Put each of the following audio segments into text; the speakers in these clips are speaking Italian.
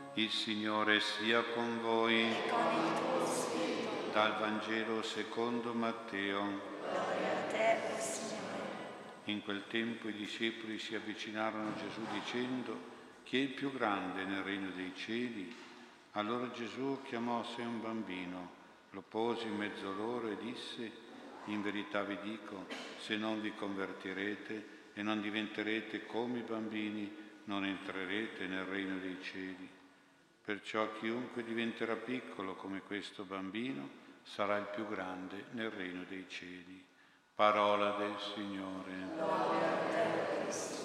Il Signore sia con voi. E con il tuo spirito. Dal Vangelo secondo Matteo. Gloria a te, o Signore. In quel tempo i discepoli si avvicinarono a Gesù dicendo: chi è il più grande nel regno dei cieli? Allora Gesù chiamò a sé un bambino, lo pose in mezzo loro e disse: in verità vi dico, se non vi convertirete e non diventerete come i bambini, non entrerete nel regno dei cieli. Perciò chiunque diventerà piccolo come questo bambino sarà il più grande nel regno dei cieli. Parola del Signore. Gloria a te, Cristo.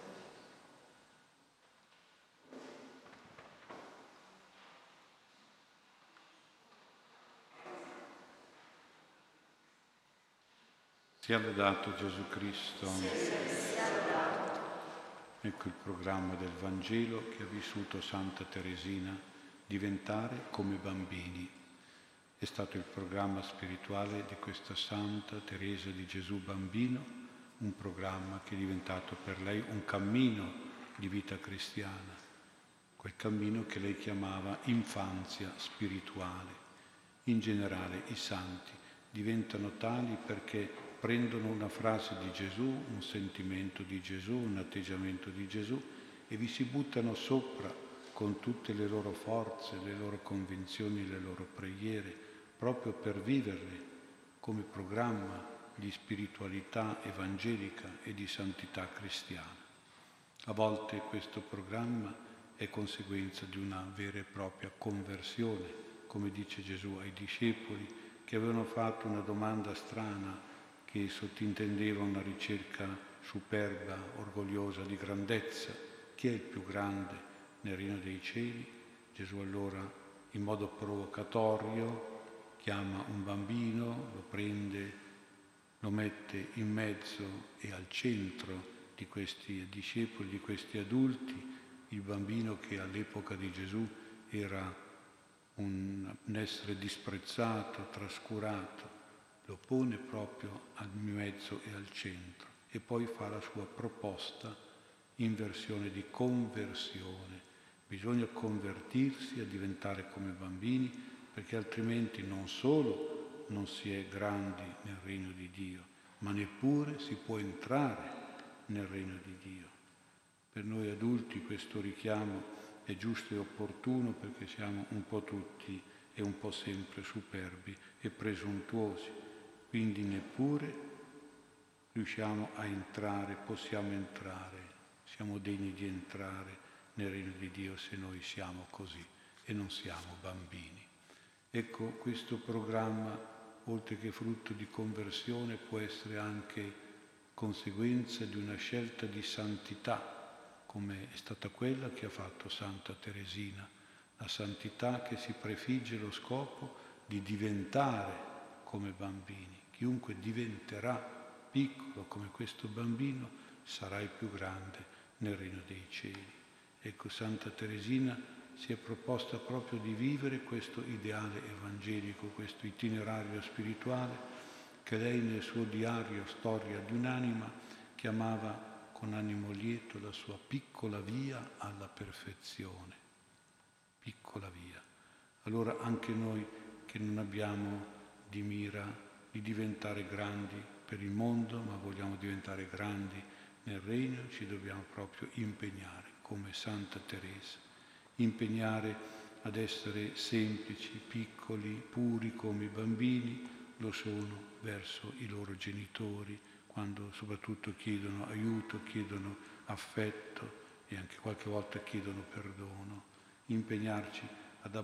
Sia lodato Gesù Cristo. Ecco il programma del Vangelo che ha vissuto Santa Teresina, diventare come bambini. È stato il programma spirituale di questa Santa Teresa di Gesù Bambino, un programma che è diventato per lei un cammino di vita cristiana, quel cammino che lei chiamava infanzia spirituale. In generale i santi diventano tali perché prendono una frase di Gesù, un sentimento di Gesù, un atteggiamento di Gesù e vi si buttano sopra con tutte le loro forze, le loro convinzioni, le loro preghiere, proprio per viverle come programma di spiritualità evangelica e di santità cristiana. A volte questo programma è conseguenza di una vera e propria conversione, come dice Gesù ai discepoli che avevano fatto una domanda strana che sottintendeva una ricerca superba, orgogliosa di grandezza. Chi è il più grande nel regno dei cieli? Gesù allora, in modo provocatorio, chiama un bambino, lo prende, lo mette in mezzo e al centro di questi discepoli, di questi adulti, il bambino che all'epoca di Gesù era un essere disprezzato, trascurato, lo pone proprio al mezzo e al centro e poi fa la sua proposta in versione di conversione. Bisogna convertirsi a diventare come bambini perché altrimenti non solo non si è grandi nel regno di Dio, ma neppure si può entrare nel regno di Dio. Per noi adulti questo richiamo è giusto e opportuno perché siamo un po' tutti e un po' sempre superbi e presuntuosi. Quindi neppure riusciamo a entrare, possiamo entrare, siamo degni di entrare nel regno di Dio se noi siamo così e non siamo bambini. Ecco, questo programma, oltre che frutto di conversione, può essere anche conseguenza di una scelta di santità, come è stata quella che ha fatto Santa Teresina, la santità che si prefigge lo scopo di diventare come bambini. Chiunque diventerà piccolo come questo bambino sarà il più grande nel regno dei cieli. Ecco, Santa Teresina si è proposta proprio di vivere questo ideale evangelico, questo itinerario spirituale che lei nel suo diario Storia di un'anima chiamava con animo lieto la sua piccola via alla perfezione. Piccola via. Allora anche noi che non abbiamo di mira di diventare grandi per il mondo, ma vogliamo diventare grandi nel regno, ci dobbiamo proprio impegnare, come Santa Teresa, impegnare ad essere semplici, piccoli, puri come i bambini lo sono verso i loro genitori, quando soprattutto chiedono aiuto, chiedono affetto e anche qualche volta chiedono perdono, impegnarci ad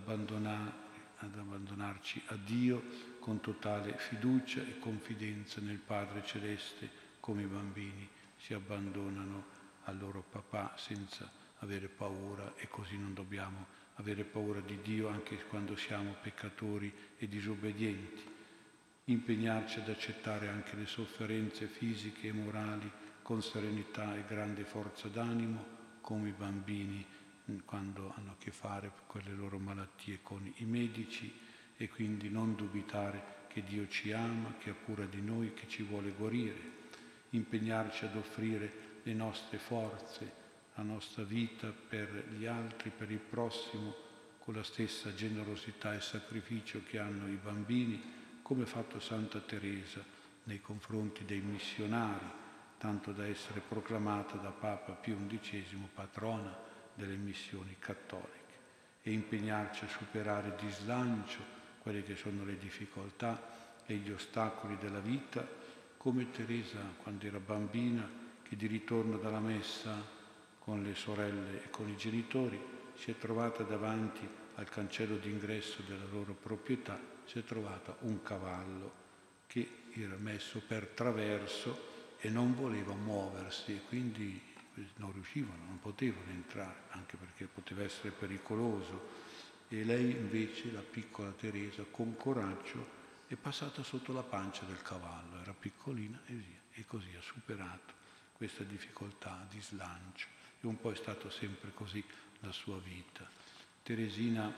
abbandonarci a Dio con totale fiducia e confidenza nel Padre Celeste, come i bambini si abbandonano al loro papà senza avere paura, e così non dobbiamo avere paura di Dio anche quando siamo peccatori e disobbedienti. Impegnarci ad accettare anche le sofferenze fisiche e morali con serenità e grande forza d'animo, come i bambini quando hanno a che fare con le loro malattie con i medici, e quindi non dubitare che Dio ci ama, che ha cura di noi, che ci vuole guarire. Impegnarci ad offrire le nostre forze la nostra vita per gli altri, per il prossimo, con la stessa generosità e sacrificio che hanno i bambini, come ha fatto Santa Teresa nei confronti dei missionari, tanto da essere proclamata da Papa Pio XI patrona delle missioni cattoliche, e impegnarci a superare di slancio quelle che sono le difficoltà e gli ostacoli della vita, come Teresa quando era bambina, che di ritorno dalla messa con le sorelle e con i genitori si è trovata davanti al cancello d'ingresso della loro proprietà, si è trovata un cavallo che era messo per traverso e non voleva muoversi, e quindi non riuscivano, non potevano entrare, anche perché poteva essere pericoloso. E lei invece, la piccola Teresa, con coraggio è passata sotto la pancia del cavallo, era piccolina e via, e così ha superato questa difficoltà di slancio. E un po' è stato sempre così la sua vita. Teresina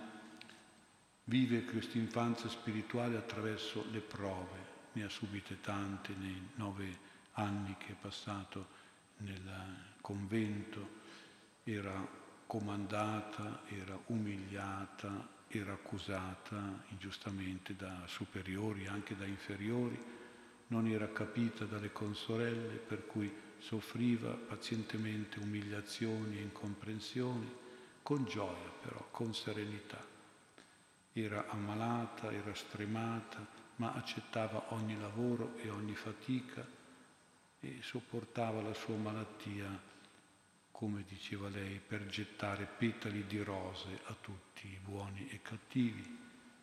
vive questa infanzia spirituale attraverso le prove, ne ha subite tante nei 9 anni che è passato nel convento, era comandata, era umiliata, era accusata ingiustamente da superiori, anche da inferiori, non era capita dalle consorelle, per cui soffriva pazientemente umiliazioni e incomprensioni, con gioia però, con serenità. Era ammalata, era stremata, ma accettava ogni lavoro e ogni fatica e sopportava la sua malattia, come diceva lei, per gettare petali di rose a tutti i buoni e cattivi.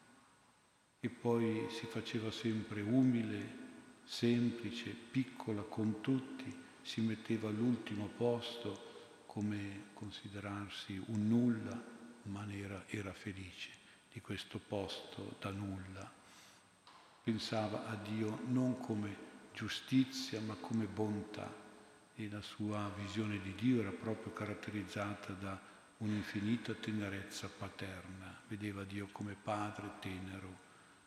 E poi si faceva sempre umile, semplice, piccola con tutti, si metteva all'ultimo posto come considerarsi un nulla, ma era felice di questo posto da nulla. Pensava a Dio non come giustizia, ma come bontà. E la sua visione di Dio era proprio caratterizzata da un'infinita tenerezza paterna. Vedeva Dio come padre tenero.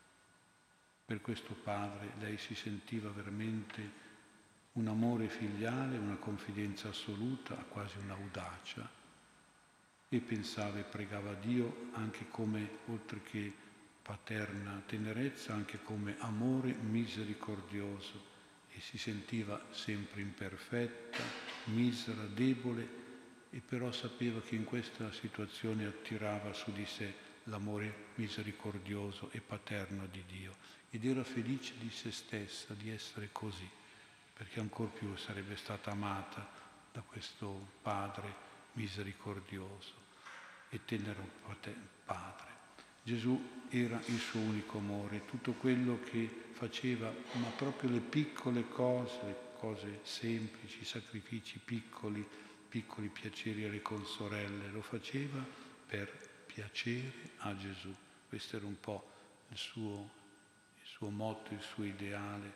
Per questo padre lei si sentiva veramente un amore filiale, una confidenza assoluta, quasi un'audacia, e pensava e pregava Dio anche come, oltre che paterna tenerezza, anche come amore misericordioso, e si sentiva sempre imperfetta, misera, debole, e però sapeva che in questa situazione attirava su di sé l'amore misericordioso e paterno di Dio, ed era felice di se stessa, di essere così, perché ancor più sarebbe stata amata da questo Padre misericordioso e tenero Padre. Gesù era il suo unico amore, tutto quello che faceva, ma proprio le piccole cose, le cose semplici, i sacrifici piccoli piaceri alle consorelle, lo faceva per piacere a Gesù. Questo era un po' il suo motto, il suo ideale,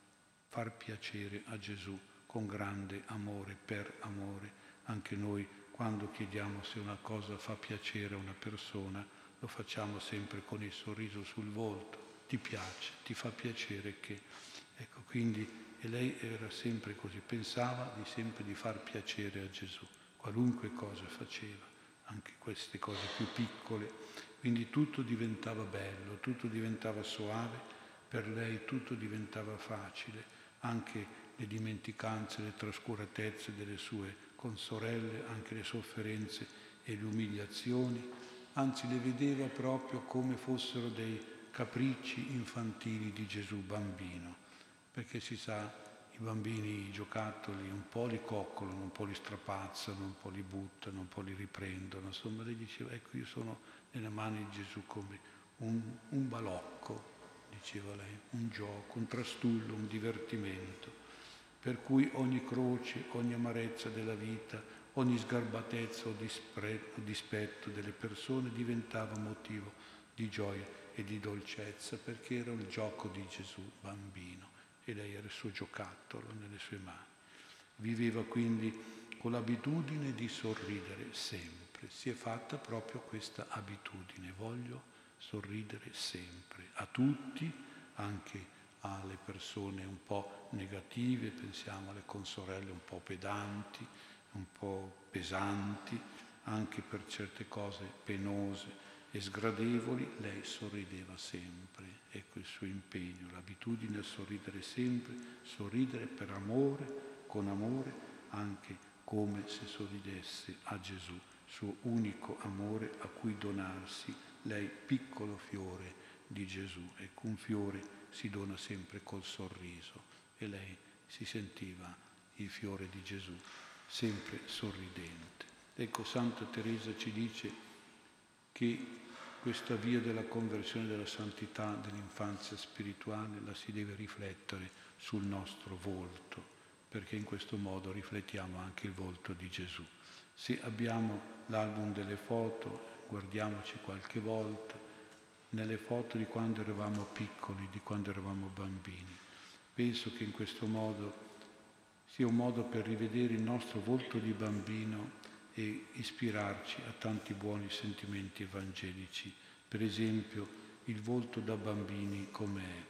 far piacere a Gesù con grande amore, per amore. Anche noi, quando chiediamo se una cosa fa piacere a una persona, lo facciamo sempre con il sorriso sul volto. Ti piace, ti fa piacere che... Ecco, quindi, e lei era sempre così, pensava sempre di far piacere a Gesù, qualunque cosa faceva, anche queste cose più piccole. Quindi tutto diventava bello, tutto diventava soave, per lei tutto diventava facile, anche le dimenticanze, le trascuratezze delle sue consorelle, anche le sofferenze e le umiliazioni, anzi le vedeva proprio come fossero dei capricci infantili di Gesù bambino, perché si sa, i bambini, i giocattoli, un po' li coccolano, un po' li strapazzano, un po' li buttano, un po' li riprendono, insomma lei diceva, ecco, io sono nelle mani di Gesù come un balocco, diceva lei, un gioco, un trastullo, un divertimento, per cui ogni croce, ogni amarezza della vita, ogni sgarbatezza o dispetto delle persone diventava motivo di gioia e di dolcezza, perché era il gioco di Gesù bambino e lei era il suo giocattolo nelle sue mani. Viveva quindi con l'abitudine di sorridere sempre, si è fatta proprio questa abitudine, voglio sorridere sempre, a tutti, anche alle persone un po' negative, pensiamo alle consorelle un po' pedanti, un po' pesanti, anche per certe cose penose e sgradevoli, lei sorrideva sempre. Ecco il suo impegno, l'abitudine a sorridere sempre, sorridere per amore, con amore, anche come se sorridesse a Gesù, suo unico amore a cui donarsi, lei piccolo fiore di Gesù. Ecco, un fiore si dona sempre col sorriso e lei si sentiva il fiore di Gesù, sempre sorridente. Ecco, Santa Teresa ci dice che questa via della conversione, della santità, dell'infanzia spirituale la si deve riflettere sul nostro volto, perché in questo modo riflettiamo anche il volto di Gesù. Se abbiamo l'album delle foto, guardiamoci qualche volta, nelle foto di quando eravamo piccoli, di quando eravamo bambini. Penso che in questo modo sia un modo per rivedere il nostro volto di bambino e ispirarci a tanti buoni sentimenti evangelici. Per esempio, il volto da bambini com'è?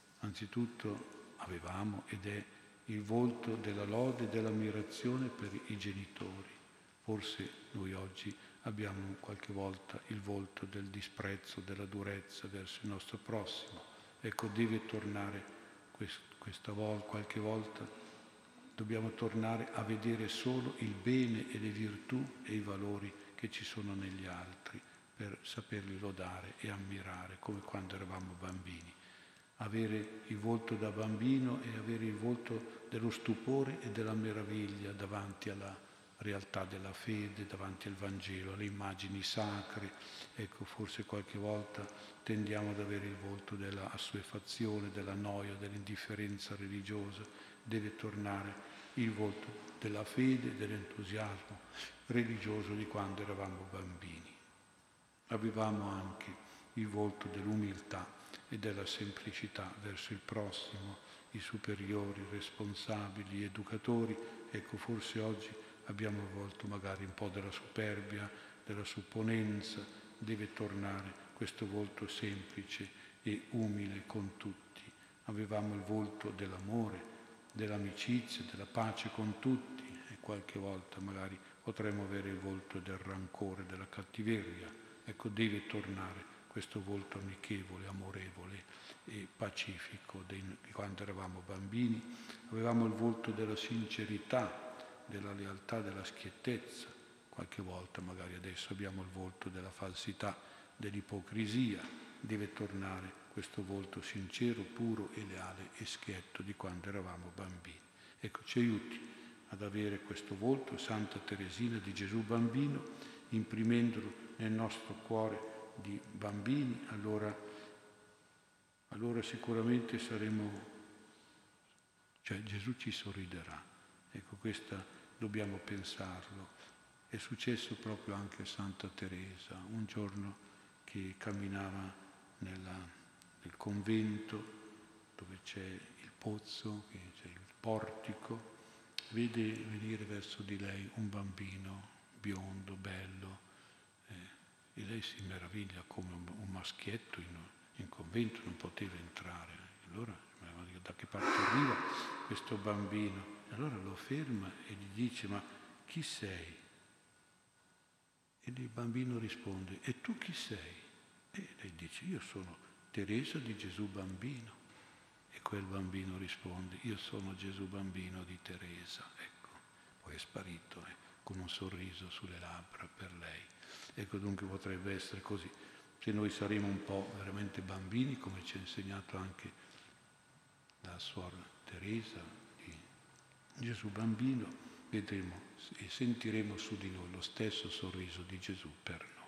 Anzitutto avevamo ed è il volto della lode e dell'ammirazione per i genitori. Forse noi oggi abbiamo qualche volta il volto del disprezzo, della durezza verso il nostro prossimo. Ecco, deve tornare questa volta, qualche volta, dobbiamo tornare a vedere solo il bene e le virtù e i valori che ci sono negli altri per saperli lodare e ammirare come quando eravamo bambini. Avere il volto da bambino e avere il volto dello stupore e della meraviglia davanti alla realtà della fede, davanti al Vangelo, alle immagini sacre. Ecco, forse qualche volta tendiamo ad avere il volto della assuefazione, della noia, dell'indifferenza religiosa. Deve tornare il volto della fede, dell'entusiasmo religioso di quando eravamo bambini. Avevamo anche il volto dell'umiltà e della semplicità verso il prossimo, i superiori, i responsabili, gli educatori. Ecco, forse oggi abbiamo il volto magari un po' della superbia, della supponenza. Deve tornare questo volto semplice e umile con tutti. Avevamo il volto dell'amore, dell'amicizia, della pace con tutti e qualche volta magari potremmo avere il volto del rancore, della cattiveria. Ecco, deve tornare questo volto amichevole, amorevole e pacifico di quando eravamo bambini. Avevamo il volto della sincerità, della lealtà, della schiettezza. Qualche volta magari adesso abbiamo il volto della falsità, dell'ipocrisia. Deve tornare questo volto sincero, puro e leale e schietto di quando eravamo bambini. Ecco, ci aiuti ad avere questo volto, Santa Teresina di Gesù bambino, imprimendolo nel nostro cuore di bambini, allora sicuramente Gesù ci sorriderà. Ecco, questa dobbiamo pensarlo. È successo proprio anche a Santa Teresa, un giorno che camminava nel convento dove c'è il pozzo, che c'è il portico, vede venire verso di lei un bambino biondo, bello, e lei si meraviglia come un maschietto in convento non poteva entrare. Allora, da che parte arriva questo bambino? Allora lo ferma e gli dice: ma chi sei? E il bambino risponde: e tu chi sei? E lei dice: io sono Teresa di Gesù bambino. E quel bambino risponde: io sono Gesù bambino di Teresa. Ecco, poi è sparito con un sorriso sulle labbra per lei. Ecco, dunque potrebbe essere così. Se noi saremo un po' veramente bambini, come ci ha insegnato anche la suor Teresa di Gesù bambino, vedremo e sentiremo su di noi lo stesso sorriso di Gesù per noi.